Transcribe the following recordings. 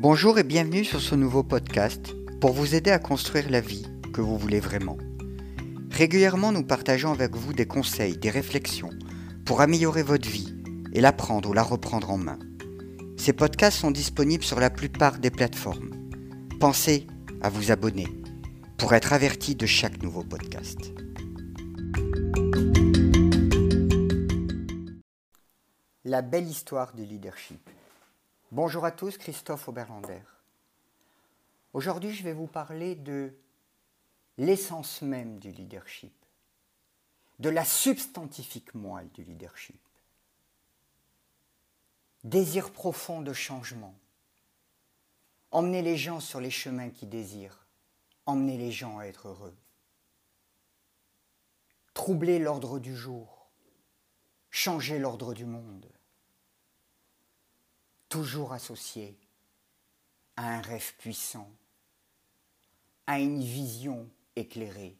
Bonjour et bienvenue sur ce nouveau podcast pour vous aider à construire la vie que vous voulez vraiment. Régulièrement, nous partageons avec vous des conseils, des réflexions pour améliorer votre vie et la prendre ou la reprendre en main. Ces podcasts sont disponibles sur la plupart des plateformes. Pensez à vous abonner pour être averti de chaque nouveau podcast. La belle histoire du leadership. Bonjour à tous, Christophe Oberlander. Aujourd'hui, je vais vous parler de l'essence même du leadership, de la substantifique moelle du leadership. Désir profond de changement. Emmener les gens sur les chemins qu'ils désirent. Emmener les gens à être heureux. Troubler l'ordre du jour. Changer l'ordre du monde. Toujours associé à un rêve puissant, à une vision éclairée,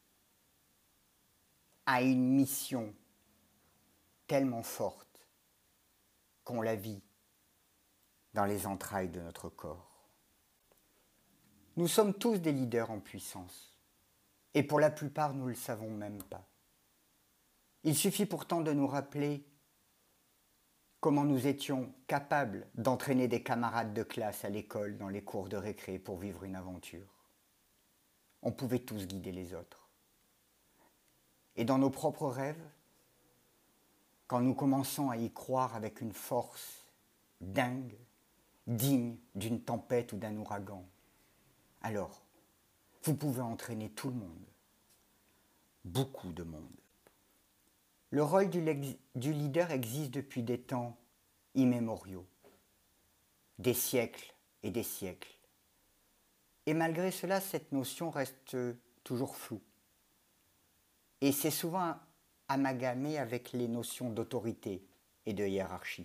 à une mission tellement forte qu'on la vit dans les entrailles de notre corps. Nous sommes tous des leaders en puissance, et pour la plupart nous ne le savons même pas. Il suffit pourtant de nous rappeler comment nous étions capables d'entraîner des camarades de classe à l'école dans les cours de récré pour vivre une aventure. On pouvait tous guider les autres. Et dans nos propres rêves, quand nous commençons à y croire avec une force dingue, digne d'une tempête ou d'un ouragan, alors vous pouvez entraîner tout le monde, beaucoup de monde. Le rôle du leader existe depuis des temps immémoriaux, des siècles et des siècles. Et malgré cela, cette notion reste toujours floue. Et c'est souvent amalgamé avec les notions d'autorité et de hiérarchie.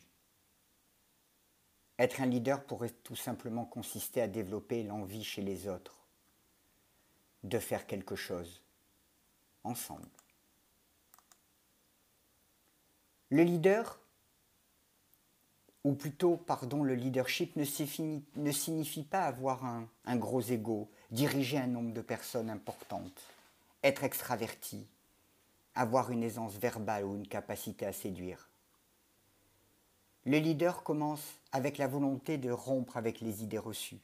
Être un leader pourrait tout simplement consister à développer l'envie chez les autres de faire quelque chose ensemble. Le leader, ou plutôt, le leadership ne signifie pas avoir un gros ego, diriger un nombre de personnes importantes, être extraverti, avoir une aisance verbale ou une capacité à séduire. Le leader commence avec la volonté de rompre avec les idées reçues.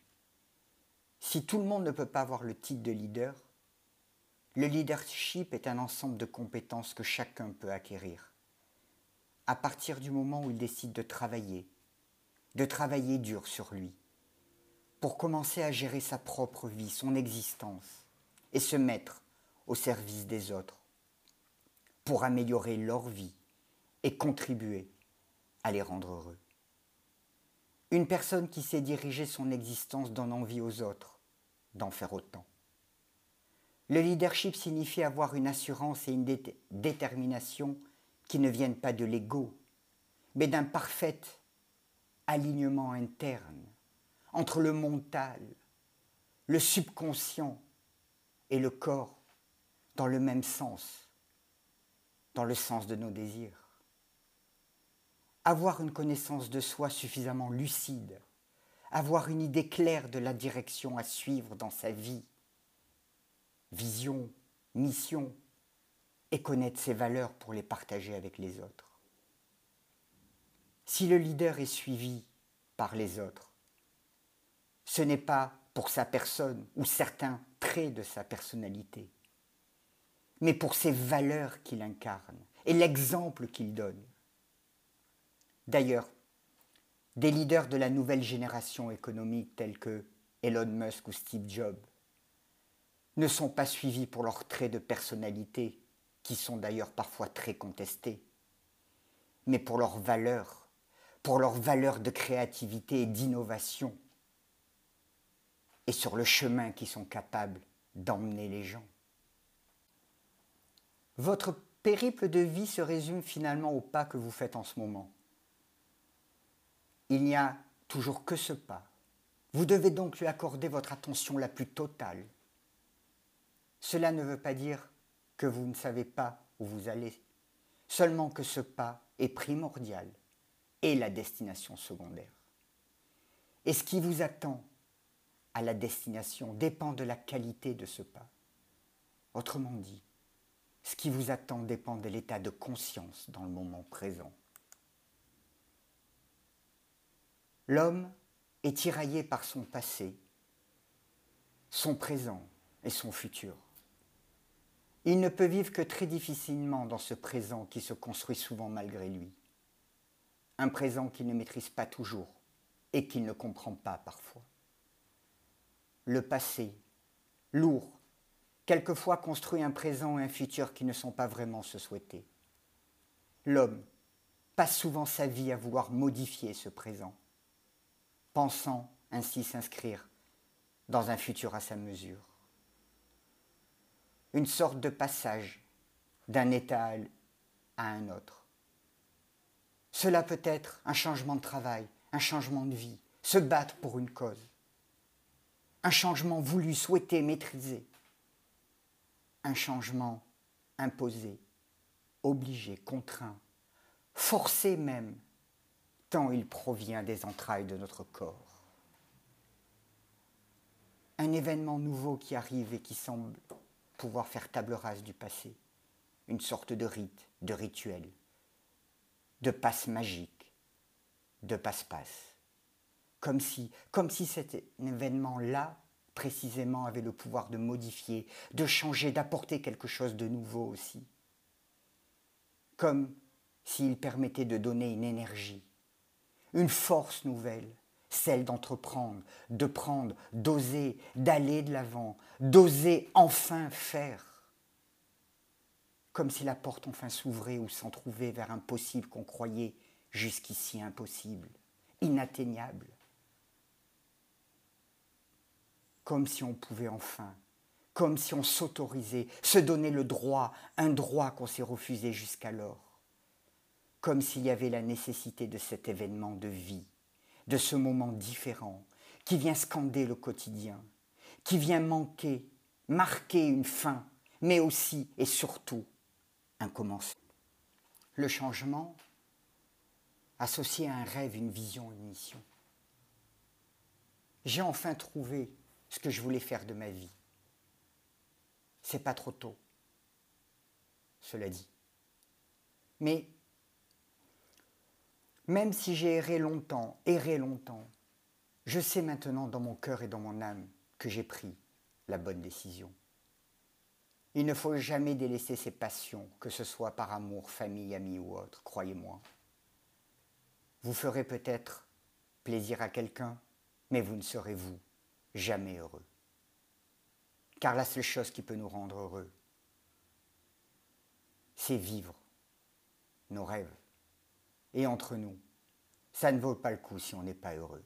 Si tout le monde ne peut pas avoir le titre de leader, le leadership est un ensemble de compétences que chacun peut acquérir. À partir du moment où il décide de travailler dur sur lui, pour commencer à gérer sa propre vie, son existence, et se mettre au service des autres, pour améliorer leur vie et contribuer à les rendre heureux. Une personne qui sait diriger son existence donne envie aux autres d'en faire autant. Le leadership signifie avoir une assurance et une détermination qui ne viennent pas de l'ego, mais d'un parfait alignement interne entre le mental, le subconscient et le corps dans le même sens, dans le sens de nos désirs. Avoir une connaissance de soi suffisamment lucide, avoir une idée claire de la direction à suivre dans sa vie, vision, mission, et connaître ses valeurs pour les partager avec les autres. Si le leader est suivi par les autres, ce n'est pas pour sa personne ou certains traits de sa personnalité, mais pour ses valeurs qu'il incarne et l'exemple qu'il donne. D'ailleurs, des leaders de la nouvelle génération économique tels que Elon Musk ou Steve Jobs ne sont pas suivis pour leurs traits de personnalité, qui sont d'ailleurs parfois très contestés, mais pour leurs valeurs de créativité et d'innovation, et sur le chemin qu'ils sont capables d'emmener les gens. Votre périple de vie se résume finalement au pas que vous faites en ce moment. Il n'y a toujours que ce pas. Vous devez donc lui accorder votre attention la plus totale. Cela ne veut pas dire que vous ne savez pas où vous allez, seulement que ce pas est primordial et la destination secondaire. Et ce qui vous attend à la destination dépend de la qualité de ce pas. Autrement dit, ce qui vous attend dépend de l'état de conscience dans le moment présent. L'homme est tiraillé par son passé, son présent et son futur. Il ne peut vivre que très difficilement dans ce présent qui se construit souvent malgré lui. Un présent qu'il ne maîtrise pas toujours et qu'il ne comprend pas parfois. Le passé, lourd, quelquefois construit un présent et un futur qui ne sont pas vraiment se souhaiter. L'homme passe souvent sa vie à vouloir modifier ce présent, pensant ainsi s'inscrire dans un futur à sa mesure. Une sorte de passage d'un état à un autre. Cela peut être un changement de travail, un changement de vie, se battre pour une cause, un changement voulu, souhaité, maîtrisé, un changement imposé, obligé, contraint, forcé même, tant il provient des entrailles de notre corps. Un événement nouveau qui arrive et qui semble pouvoir faire table rase du passé, une sorte de rite, de rituel, de passe magique, de passe-passe. Comme si cet événement-là, précisément, avait le pouvoir de modifier, de changer, d'apporter quelque chose de nouveau aussi. Comme s'il permettait de donner une énergie, une force nouvelle, celle d'entreprendre, de prendre, d'oser, d'aller de l'avant, d'oser enfin faire. Comme si la porte enfin s'ouvrait ou s'entrouvait vers un possible qu'on croyait jusqu'ici impossible, inatteignable. Comme si on pouvait enfin, comme si on s'autorisait, se donner le droit, un droit qu'on s'est refusé jusqu'alors. Comme s'il y avait la nécessité de cet événement de vie, de ce moment différent, qui vient scander le quotidien, qui vient marquer une fin, mais aussi et surtout un commencement. Le changement, associé à un rêve, une vision, une mission. J'ai enfin trouvé ce que je voulais faire de ma vie. C'est pas trop tôt, cela dit. Mais même si j'ai erré longtemps, je sais maintenant dans mon cœur et dans mon âme que j'ai pris la bonne décision. Il ne faut jamais délaisser ses passions, que ce soit par amour, famille, amis ou autre, croyez-moi. Vous ferez peut-être plaisir à quelqu'un, mais vous ne serez vous jamais heureux. Car la seule chose qui peut nous rendre heureux, c'est vivre nos rêves. Et entre nous, ça ne vaut pas le coup si on n'est pas heureux.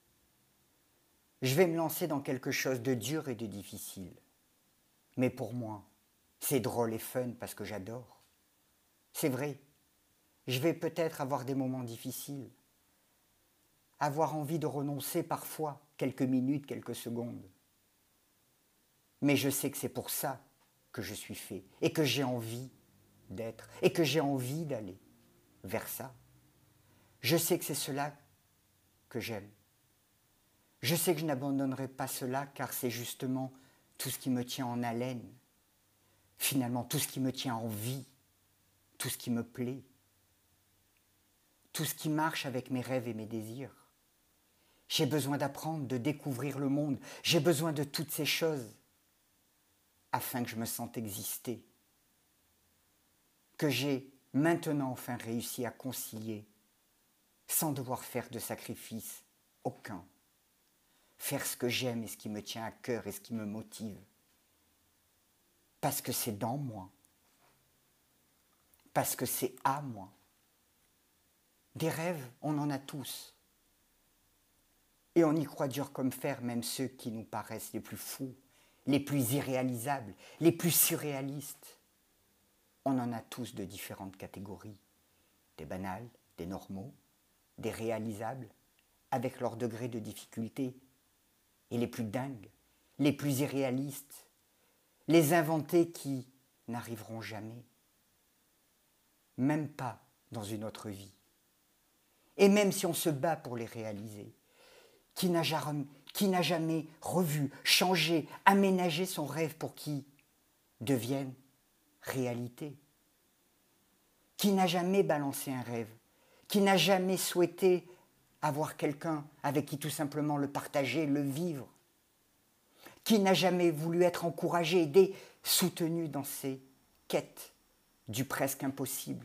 Je vais me lancer dans quelque chose de dur et de difficile. Mais pour moi, c'est drôle et fun parce que j'adore. C'est vrai, je vais peut-être avoir des moments difficiles, avoir envie de renoncer parfois, quelques minutes, quelques secondes. Mais je sais que c'est pour ça que je suis fait et que j'ai envie d'être et que j'ai envie d'aller vers ça. Je sais que c'est cela que j'aime. Je sais que je n'abandonnerai pas cela car c'est justement tout ce qui me tient en haleine. Finalement, tout ce qui me tient en vie, tout ce qui me plaît, tout ce qui marche avec mes rêves et mes désirs. J'ai besoin d'apprendre, de découvrir le monde. J'ai besoin de toutes ces choses afin que je me sente exister. Que j'ai maintenant enfin réussi à concilier sans devoir faire de sacrifice aucun. Faire ce que j'aime et ce qui me tient à cœur et ce qui me motive. Parce que c'est dans moi. Parce que c'est à moi. Des rêves, on en a tous. Et on y croit dur comme fer, même ceux qui nous paraissent les plus fous, les plus irréalisables, les plus surréalistes. On en a tous de différentes catégories. Des banals, des normaux, des réalisables, avec leur degré de difficulté. Et les plus dingues, les plus irréalistes, les inventés qui n'arriveront jamais. Même pas dans une autre vie. Et même si on se bat pour les réaliser, Qui n'a jamais revu, changé, aménagé son rêve pour qu'il devienne réalité? Qui n'a jamais balancé un rêve? Qui n'a jamais souhaité avoir quelqu'un avec qui tout simplement le partager, le vivre? Qui n'a jamais voulu être encouragé, aidé, soutenu dans ses quêtes du presque impossible?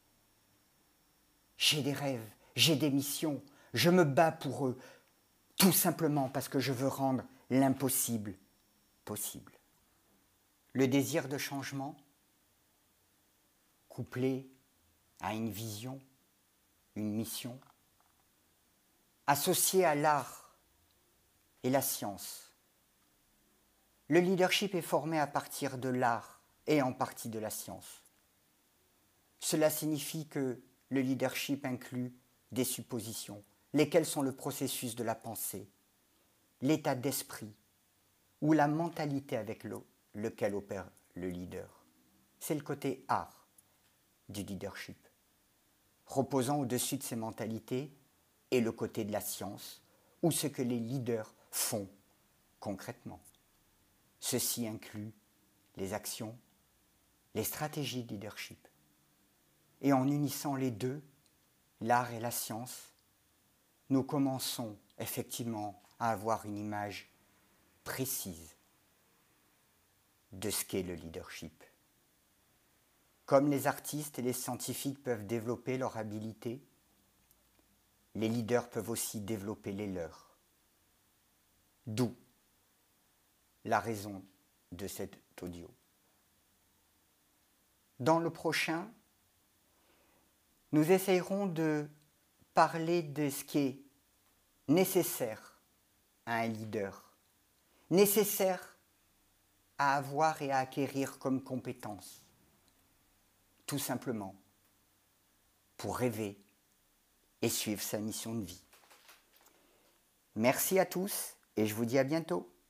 J'ai des rêves, j'ai des missions, je me bats pour eux, tout simplement parce que je veux rendre l'impossible possible. Le désir de changement, couplé à une vision, une mission, associé à l'art et la science. Le leadership est formé à partir de l'art et en partie de la science. Cela signifie que le leadership inclut des suppositions, lesquelles sont le processus de la pensée, l'état d'esprit ou la mentalité avec lequel opère le leader. C'est le côté art du leadership. Reposant au-dessus de ces mentalités est le côté de la science, ou ce que les leaders font concrètement. Ceci inclut les actions, les stratégies de leadership. Et en unissant les deux, l'art et la science, nous commençons effectivement à avoir une image précise de ce qu'est le leadership. Comme les artistes et les scientifiques peuvent développer leur habilité, les leaders peuvent aussi développer les leurs. D'où la raison de cet audio. Dans le prochain, nous essayerons de parler de ce qui est nécessaire à un leader, nécessaire à avoir et à acquérir comme compétence, tout simplement pour rêver et suivre sa mission de vie. Merci à tous et je vous dis à bientôt.